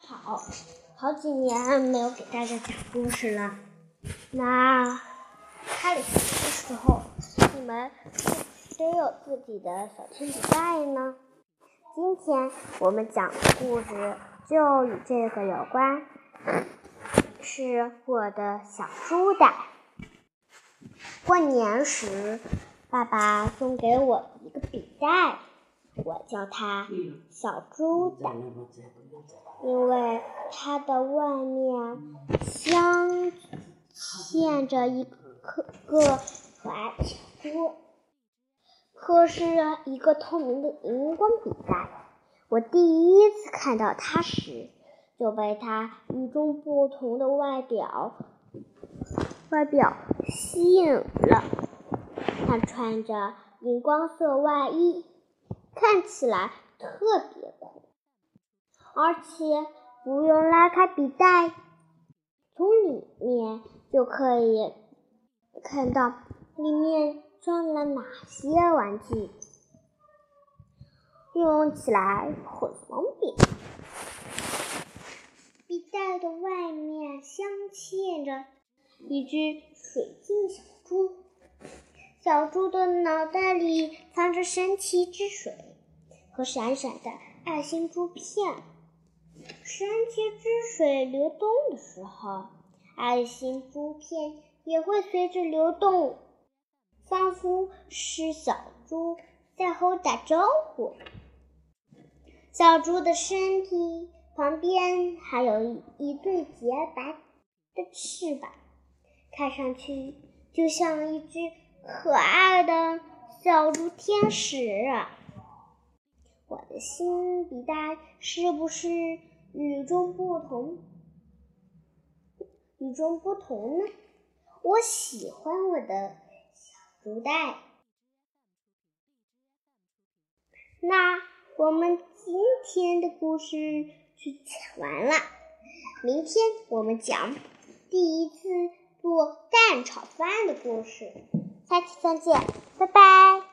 好几年没有给大家讲故事了。那开学的时候，你们是不是都有自己的小铅笔袋呢？今天我们讲的故事就与这个有关，是我的小猪袋。过年时，爸爸送给我一个笔袋，我叫它小猪袋，因为它的外面镶嵌着一个可爱的小猪，可是一个透明的荧光笔袋。我第一次看到它时，就被它与众不同的外表吸引了。它穿着荧光色外衣，看起来特别酷，而且不用拉开笔袋，从里面就可以看到里面装了哪些玩具，用起来很方便。笔袋的外面镶嵌着一只水晶小猪，小猪的脑袋里藏着神奇之水和闪闪的爱心珠片。神奇之水流动的时候，爱心珠片也会随着流动，仿佛是小猪在和我打招呼。小猪的身体旁边还有一对洁白的翅膀，看上去就像一只可爱的小猪天使。我的新笔袋是不是与众不同呢？我喜欢我的小猪袋。那我们今天的故事就讲完了，明天我们讲第一次做蛋炒饭的故事。下期再见，拜拜。